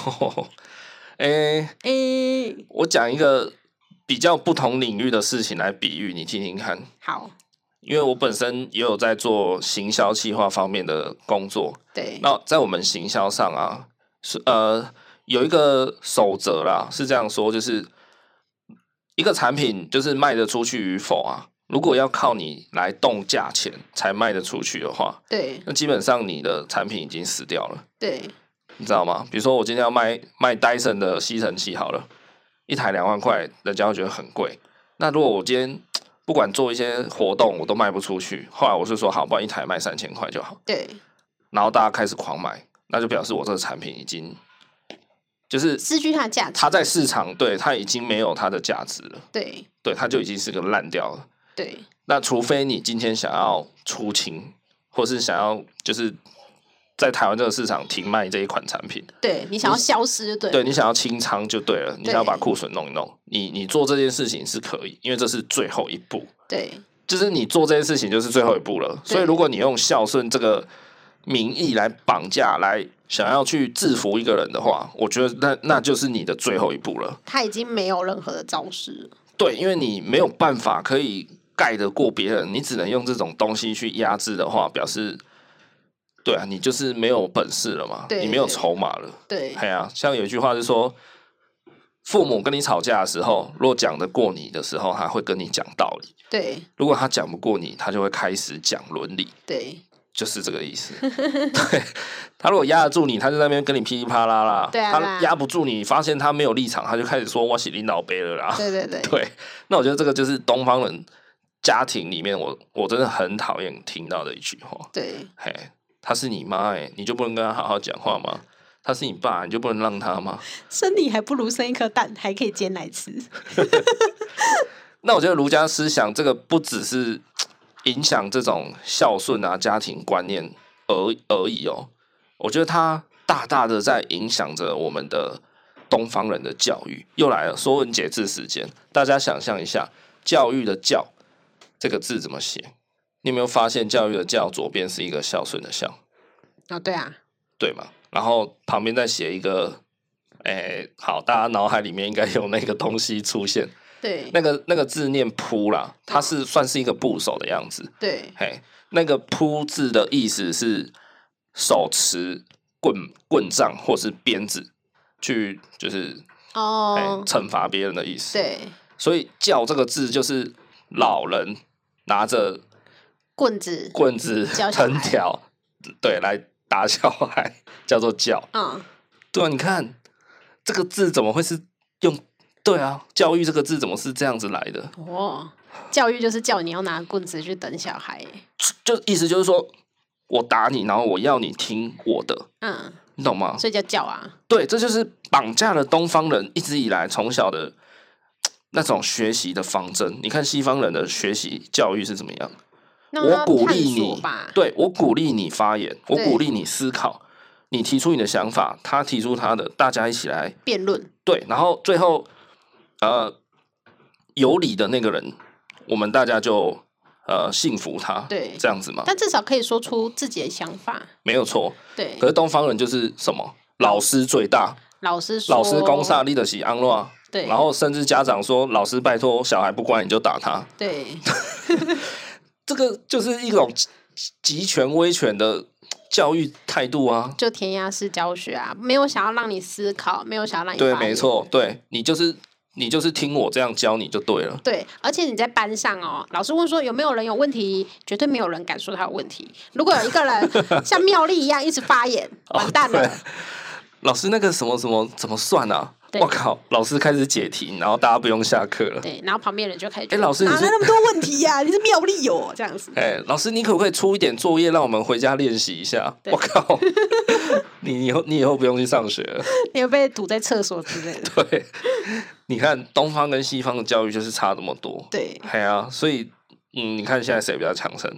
诶、欸诶、 我讲一个比较不同领域的事情来比喻，你听听看。 好， 因为我本身也有在做行销企划方面的工作， 对， 那在我们行销上啊，是呃有一个守则啦，是这样说，就是一个产品就是卖得出去与否啊，如果要靠你来动价钱才卖得出去的话， 对， 那基本上你的产品已经死掉了， 对， 你知道吗？比如说我今天要卖卖 Dyson 的吸尘器好了，一台两万块，人家会觉得很贵。那如果我今天不管做一些活动，我都卖不出去，后来我是说好，不然一台卖三千块就好。 对， 然后大家开始狂买，那就表示我这个产品已经就是失去它的价值， 它在市场对它已经没有它的价值了， 对， 对，它就已经是个烂掉了。 对， 那除非你今天想要出清，或是想要就是在台湾这个市场停卖这一款产品， 对你想要消失就对了， 对你想要清仓就对了，你想要把库存弄一弄，你你做这件事情是可以，因为这是最后一步。 对， 就是你做这件事情就是最后一步了。所以如果你用孝顺这个名义来绑架，来想要去制服一个人的话，我觉得那那就是你的最后一步了。 他已经没有任何的招式了。 对，因为你没有办法可以盖得过别人，你只能用这种东西去压制的话，表示对啊，你就是没有本事了嘛，你没有筹码了。 对， 哎呀、啊，像有一句话是说，父母跟你吵架的时候，如果讲得过你的时候，他会跟你讲道理； 对， 如果他讲不过你，他就会开始讲伦理。 对， 就是这个意思。对，他如果压得住你，他就在那边跟你噼里啪啦啦。 对啊， 他压不住你，发现他没有立场，他就开始说我是领导杯了啦。 对对对， 对。那我觉得这个就是东方人家庭里面我，我真的很讨厌听到的一句话。 对， 嘿，他是你妈哎、欸，你就不能跟他好好讲话吗？他是你爸，你就不能让他吗？ 生你还不如生一颗蛋，还可以煎来吃。 那我觉得儒家思想这个不只是影响这种孝顺啊家庭观念而而已哦，我觉得它大大的在影响着我们的东方人的教育。又来了，说文解字时间，大家想象一下，教育的教这个字怎么写？你有没有发现教育的教左边是一个孝顺的孝？ 哦，对啊， 对嘛？然后旁边再写一个，哎，好，大家脑海里面应该有那个东西出现。 对， 那个那个字念扑啦，它是算是一个部首的样子。 对， 嘿，那个扑字的意思是手持棍棍杖或是鞭子去，就是哦， 惩罚别人的意思。 对， 所以教这个字就是老人拿着棍子， 棍子教小孩藤条，对，来打小孩，叫做教。 嗯， 对啊，你看这个字怎么会是用？对啊，教育这个字怎么是这样子来的？ 哦，教育就是叫你要拿棍子去等小孩。 就意思就是说我打你，然后我要你听我的， 嗯， 你懂吗？ 所以叫教啊。 对，这就是绑架了东方人一直以来从小的那种学习的方针。你看西方人的学习教育是怎么样？我鼓励你，对，我鼓励你发言，我鼓励你思考，你提出你的想法，他提出他的，大家一起来辩论。 对，然后最后呃有理的那个人，我们大家就呃信服他， 对， 这样子嘛。 但至少可以说出自己的想法， 没有错。 对， 可是东方人就是什么老师最大， 老师说老师公煞立得起安乐， 对， 然后甚至家长说老师拜托小孩不乖你就打他， 对， 这个就是一种集权威权的教育态度啊， 就填鸭式教学啊，没有想要让你思考，没有想要让你对， 发言没错，对你就是你就是听我这样教你就对了。 对，而且你在班上哦，老师问说有没有人有问题，绝对没有人敢说他有问题。如果有一个人像妙丽一样一直发言，完蛋了。 哦、老师那个什么什么怎么算啊？我靠！老师开始解题，然后大家不用下课了。 对，然后旁边人就开始， 哎、欸，老师哪来那么多问题呀、啊？你是妙丽哦，这样子。 哎、欸，老师，你可不可以出一点作业，让我们回家练习一下？我靠！你以后你以后不用去上学了， 你会被堵在厕所之类的。对，你看东方跟西方的教育就是差这么多。 对， 哎呀、啊，所以嗯，你看现在谁比较强盛？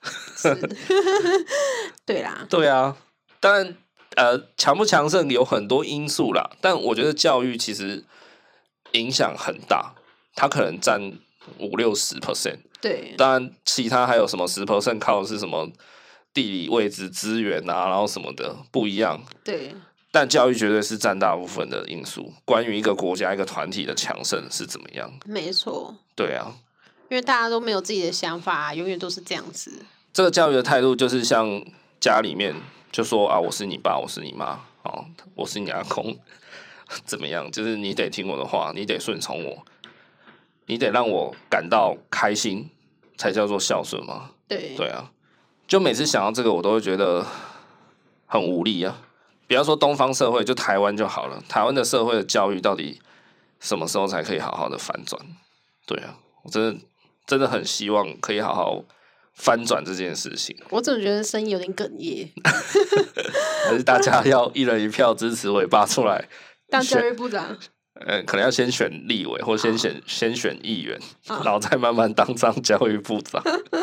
对啦， 对啊，当然。呃，强不强盛有很多因素啦，但我觉得教育其实影响很大，它可能占五六十 percent。 对， 当然其他还有什么十 percent 靠的是什么地理位置、资源啊，然后什么的不一样。 对， 但教育绝对是占大部分的因素。关于一个国家、一个团体的强盛是怎么样？ 没错。 对啊， 因为大家都没有自己的想法、啊，永远都是这样子。 这个教育的态度就是像家里面就说啊，我是你爸，我是你妈，哦，我是你阿公，怎么样？就是你得听我的话，你得顺从我，你得让我感到开心，才叫做孝顺嘛。 对， 对啊，就每次想到这个，我都会觉得很无力啊。比方说东方社会，就台湾就好了，台湾的社会的教育到底什么时候才可以好好的反转？对啊，我真的真的很希望可以好好翻转这件事情。 我总觉得声音有点哽咽。 还是大家要一人一票支持尾巴出来当教育部长？ 呃，可能要先选立委，或先选先选议员，然后再慢慢当上教育部长。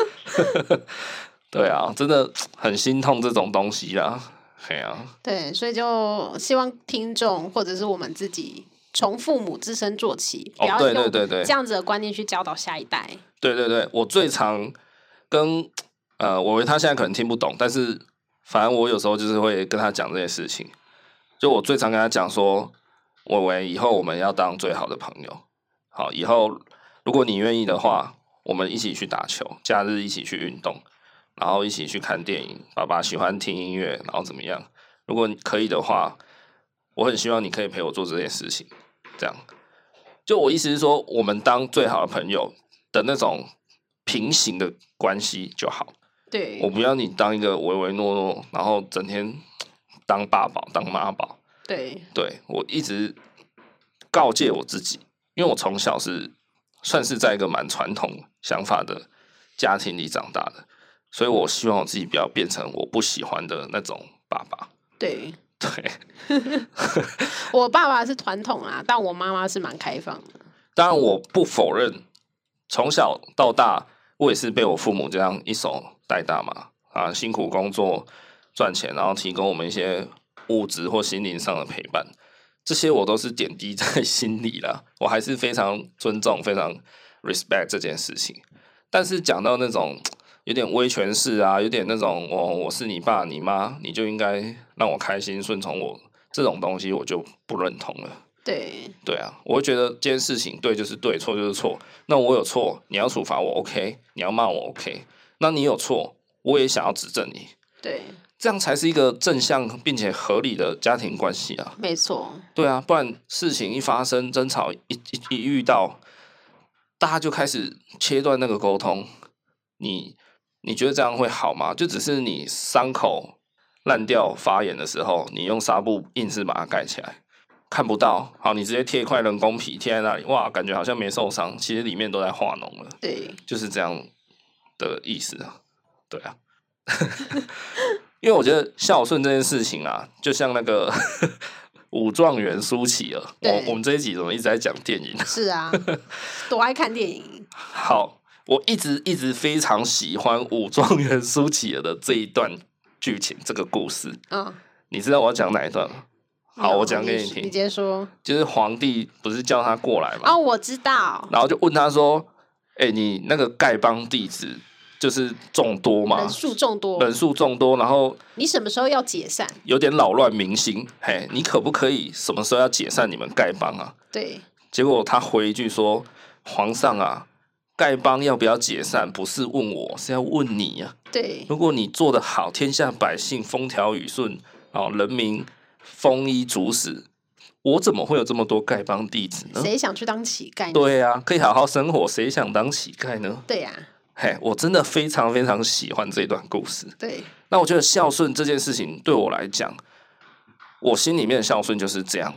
对啊，真的很心痛这种东西啦。对啊， 对，所以就希望听众或者是我们自己从父母自身做起，不哦， 要对对用对对， 这样子的观念去教导下一代。 对对对，我最常跟呃，我以为他现在可能听不懂，但是反正我有时候就是会跟他讲这些事情。就我最常跟他讲说，我以为以后我们要当最好的朋友。好，以后如果你愿意的话，我们一起去打球，假日一起去运动，然后一起去看电影。爸爸喜欢听音乐，然后怎么样？如果可以的话，我很希望你可以陪我做这件事情。这样，就我意思是说，我们当最好的朋友的那种平行的关系就好。 对， 我不要你当一个唯唯诺诺，然后整天当爸宝、当妈宝。 对， 对，我一直告诫我自己，因为我从小是算是在一个蛮传统想法的家庭里长大的，所以我希望我自己不要变成我不喜欢的那种爸爸。 对， 对， 我爸爸是传统啊，但我妈妈是蛮开放的。 当然我不否认，从小到大我也是被我父母这样一手带大嘛，啊，辛苦工作赚钱，然后提供我们一些物质或心灵上的陪伴，这些我都是点滴在心里啦。我还是非常尊重、非常 respect 这件事情。但是讲到那种有点威权式啊，有点那种哦，我是你爸你妈，你就应该让我开心顺从我，这种东西我就不认同了。 对， 对啊，我会觉得这件事情对就是对，错就是错。那我有错，你要处罚我 OK， 你要骂我 OK。那你有错，我也想要指正你。 对， 这样才是一个正向并且合理的家庭关系啊。 没错。 对啊，不然事情一发生，争吵一一一遇到，大家就开始切断那个沟通。你你觉得这样会好吗？就只是你伤口烂掉发炎的时候，你用纱布硬是把它盖起来。看不到，好，你直接贴一块人工皮贴在那里，哇，感觉好像没受伤，其实里面都在化脓了。 对， 就是这样的意思啊。对啊，因为我觉得孝顺这件事情啊，就像那个武状元苏乞儿。我我们这一集怎么一直在讲电影？ 是啊，多爱看电影。 好，我一直一直非常喜欢武状元苏乞儿的这一段剧情，这个故事。 嗯， 你知道我要讲哪一段吗？好，我讲给你听。 你直接说。 就是皇帝不是叫他过来吗？ 哦，我知道。 然后就问他说：“哎、欸，你那个丐帮弟子就是众多嘛， 人数众多， 人数众多，然后你什么时候要解散？ 有点扰乱民心，嘿，你可不可以什么时候要解散你们丐帮啊？” 对。 结果他回一句说：“皇上啊，丐帮要不要解散，不是问我，是要问你啊。 对， 如果你做得好，天下百姓风调雨顺，哦，人民。”丰衣足食，我怎么会有这么多丐帮弟子呢？ 谁想去当乞丐呢？ 对啊，可以好好生活，谁想当乞丐呢？ 对呀、啊， 嘿，我真的非常非常喜欢这段故事。 对， 那我觉得孝顺这件事情对我来讲，我心里面的孝顺就是这样，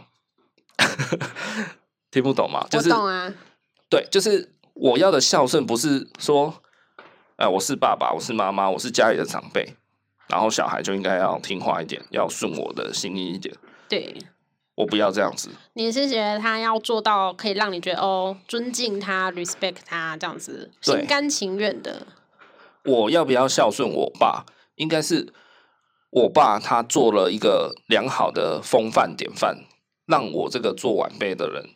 听不懂吗？就是、 我懂啊。 对，就是我要的孝顺，不是说，哎、呃，我是爸爸，我是妈妈，我是家里的长辈。然后小孩就应该要听话一点，要顺我的心意一点。 对， 我不要这样子。 你是觉得他要做到可以让你觉得哦，尊敬他 ，respect 他这样子，心甘情愿的。 我要不要孝顺我爸？应该是我爸他做了一个良好的风范典范，让我这个做晚辈的人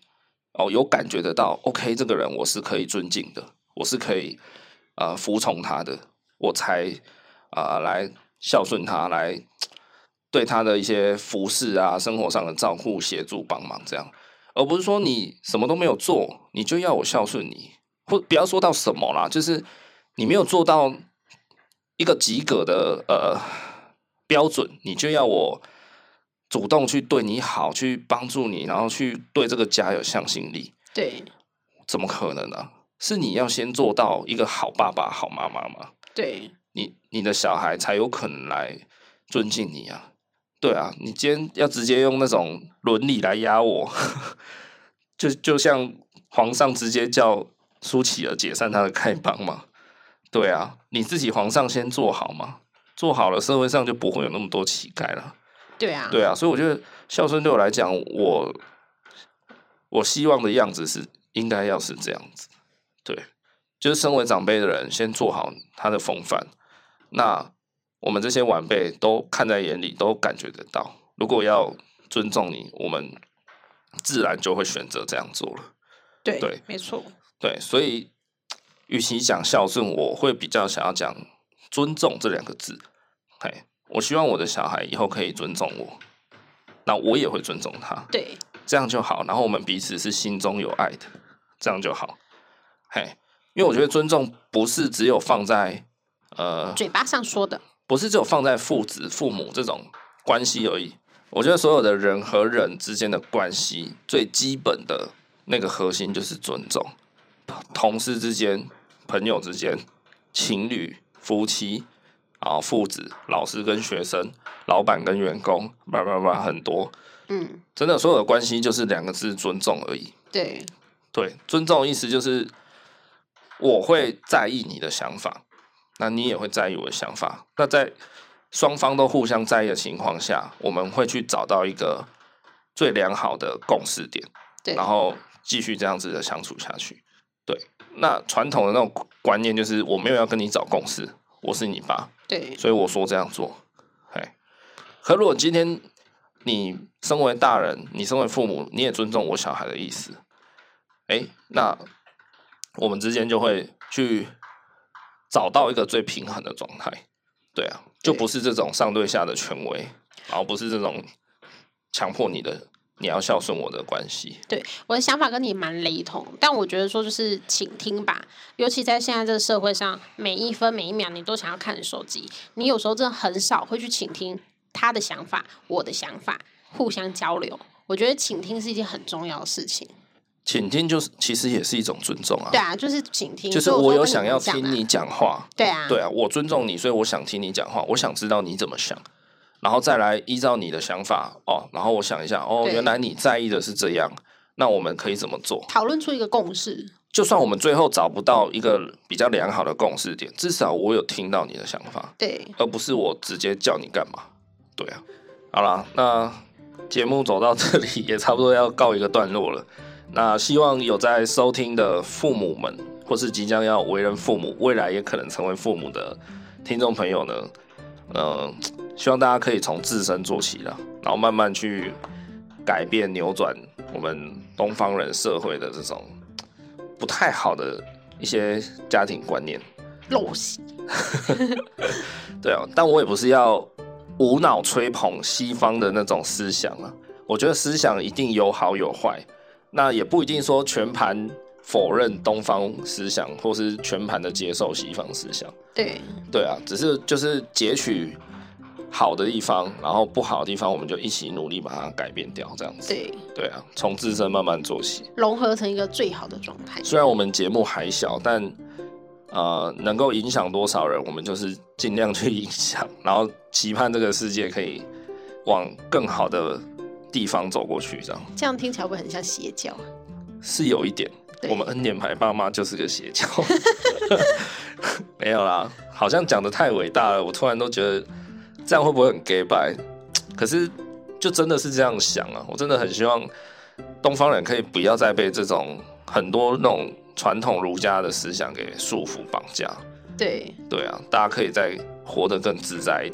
哦，有感觉得到 OK 这个人我是可以尊敬的，我是可以呃服从他的，我才啊、呃、来孝顺他，来对他的一些服侍啊生活上的照顾协助帮忙这样，而不是说你什么都没有做你就要我孝顺你，或不要说到什么啦，就是你没有做到一个及格的呃标准，你就要我主动去对你好，去帮助你，然后去对这个家有向心力。 对， 怎么可能呢、啊？是你要先做到一个好爸爸、好妈妈吗？ 对， 你你的小孩才有可能来尊敬你啊。对啊，你今天要直接用那种伦理来压我，就就像皇上直接叫苏乞儿解散他的丐帮嘛。对啊，你自己皇上先做好嘛，做好了，社会上就不会有那么多乞丐了。 对啊， 对啊，所以我觉得孝顺对我来讲，我我希望的样子是应该要是这样子。对，就是身为长辈的人，先做好他的风范。那我们这些晚辈都看在眼里，都感觉得到。如果要尊重你，我们自然就会选择这样做了。 对， 对， 没错。 对，所以与其讲孝顺，我会比较想要讲尊重这两个字。嘿，我希望我的小孩以后可以尊重我，那我也会尊重他。 对， 这样就好。然后我们彼此是心中有爱的，这样就好。嘿，因为我觉得尊重不是只有放在呃嘴巴上说的， 不是只有放在父子、父母这种关系而已。我觉得所有的人和人之间的关系，最基本的那个核心就是尊重。同事之间、朋友之间、情侣、夫妻。然后父子、老师跟学生、老板跟员工，叭叭叭很多， 嗯， 真的所有的关系就是两个字：尊重而已。 对， 对，尊重的意思就是我会在意你的想法，那你也会在意我的想法。那在双方都互相在意的情况下，我们会去找到一个最良好的共识点， 对， 然后继续这样子的相处下去。对，那传统的那种观念就是我没有要跟你找共识，我是你爸。 对， 所以我说这样做，嘿。可如果今天你身为大人，你身为父母，你也尊重我小孩的意思，哎，那我们之间就会去找到一个最平衡的状态，对啊，就不是这种上对下的权威，然后不是这种强迫你的你要孝顺我的关系。 对，我的想法跟你蛮雷同，但我觉得说就是倾听吧，尤其在现在这个社会上，每一分每一秒你都想要看手机，你有时候真的很少会去倾听他的想法，我的想法，互相交流。我觉得倾听是一件很重要的事情。 倾听就是其实也是一种尊重啊。 对啊，就是倾听， 就是我有想要听你讲话。 对啊， 对啊，我尊重你，所以我想听你讲话，我想知道你怎么想。然后再来依照你的想法哦，然后我想一下哦，原来你在意的是这样，那我们可以怎么做？ 讨论出一个共识。 就算我们最后找不到一个比较良好的共识点，至少我有听到你的想法， 对， 而不是我直接叫你干嘛。对啊，好啦，那节目走到这里也差不多要告一个段落了。那希望有在收听的父母们，或是即将要为人父母，未来也可能成为父母的听众朋友呢，呃，希望大家可以从自身做起啦，然后慢慢去改变、扭转我们东方人社会的这种不太好的一些家庭观念。 陋习。 对啊，但我也不是要无脑吹捧西方的那种思想啊。我觉得思想一定有好有坏，那也不一定说全盘否认东方思想，或是全盘的接受西方思想。 对， 对啊，只是就是截取好的地方，然后不好的地方，我们就一起努力把它改变掉，这样子。 对， 对啊，从自身慢慢做起， 融合成一个最好的状态。 虽然我们节目还小，但呃，能够影响多少人，我们就是尽量去影响，然后期盼这个世界可以往更好的地方走过去，这样。 这样听起来会很像邪教。 是有一点，我们恩典牌爸妈就是个邪教。没有啦，好像讲得太伟大了，我突然都觉得这样会不会很 gay 白？可是就真的是这样想啊，我真的很希望东方人可以不要再被这种很多那种传统儒家的思想给束缚绑架。 对， 对啊，大家可以再活得更自在一点，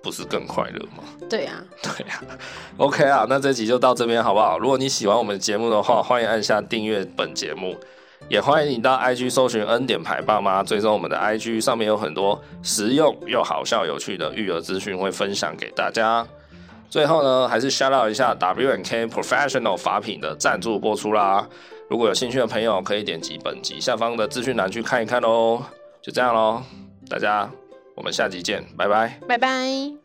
不是更快乐吗？ 对啊， 对啊。OK 啊，那这集就到这边好不好？如果你喜欢我们节目的话，欢迎按下订阅本节目，也欢迎你到 I G 搜寻恩典牌爸妈，追踪我们的 I G， 上面有很多实用又好笑有趣的育儿资讯会分享给大家。最后呢，还是 shout out 一下 W and K Professional 法品的赞助播出啦。如果有兴趣的朋友，可以点击本集下方的资讯栏去看一看哦。就这样咯，大家我们下集见，拜拜， 拜拜。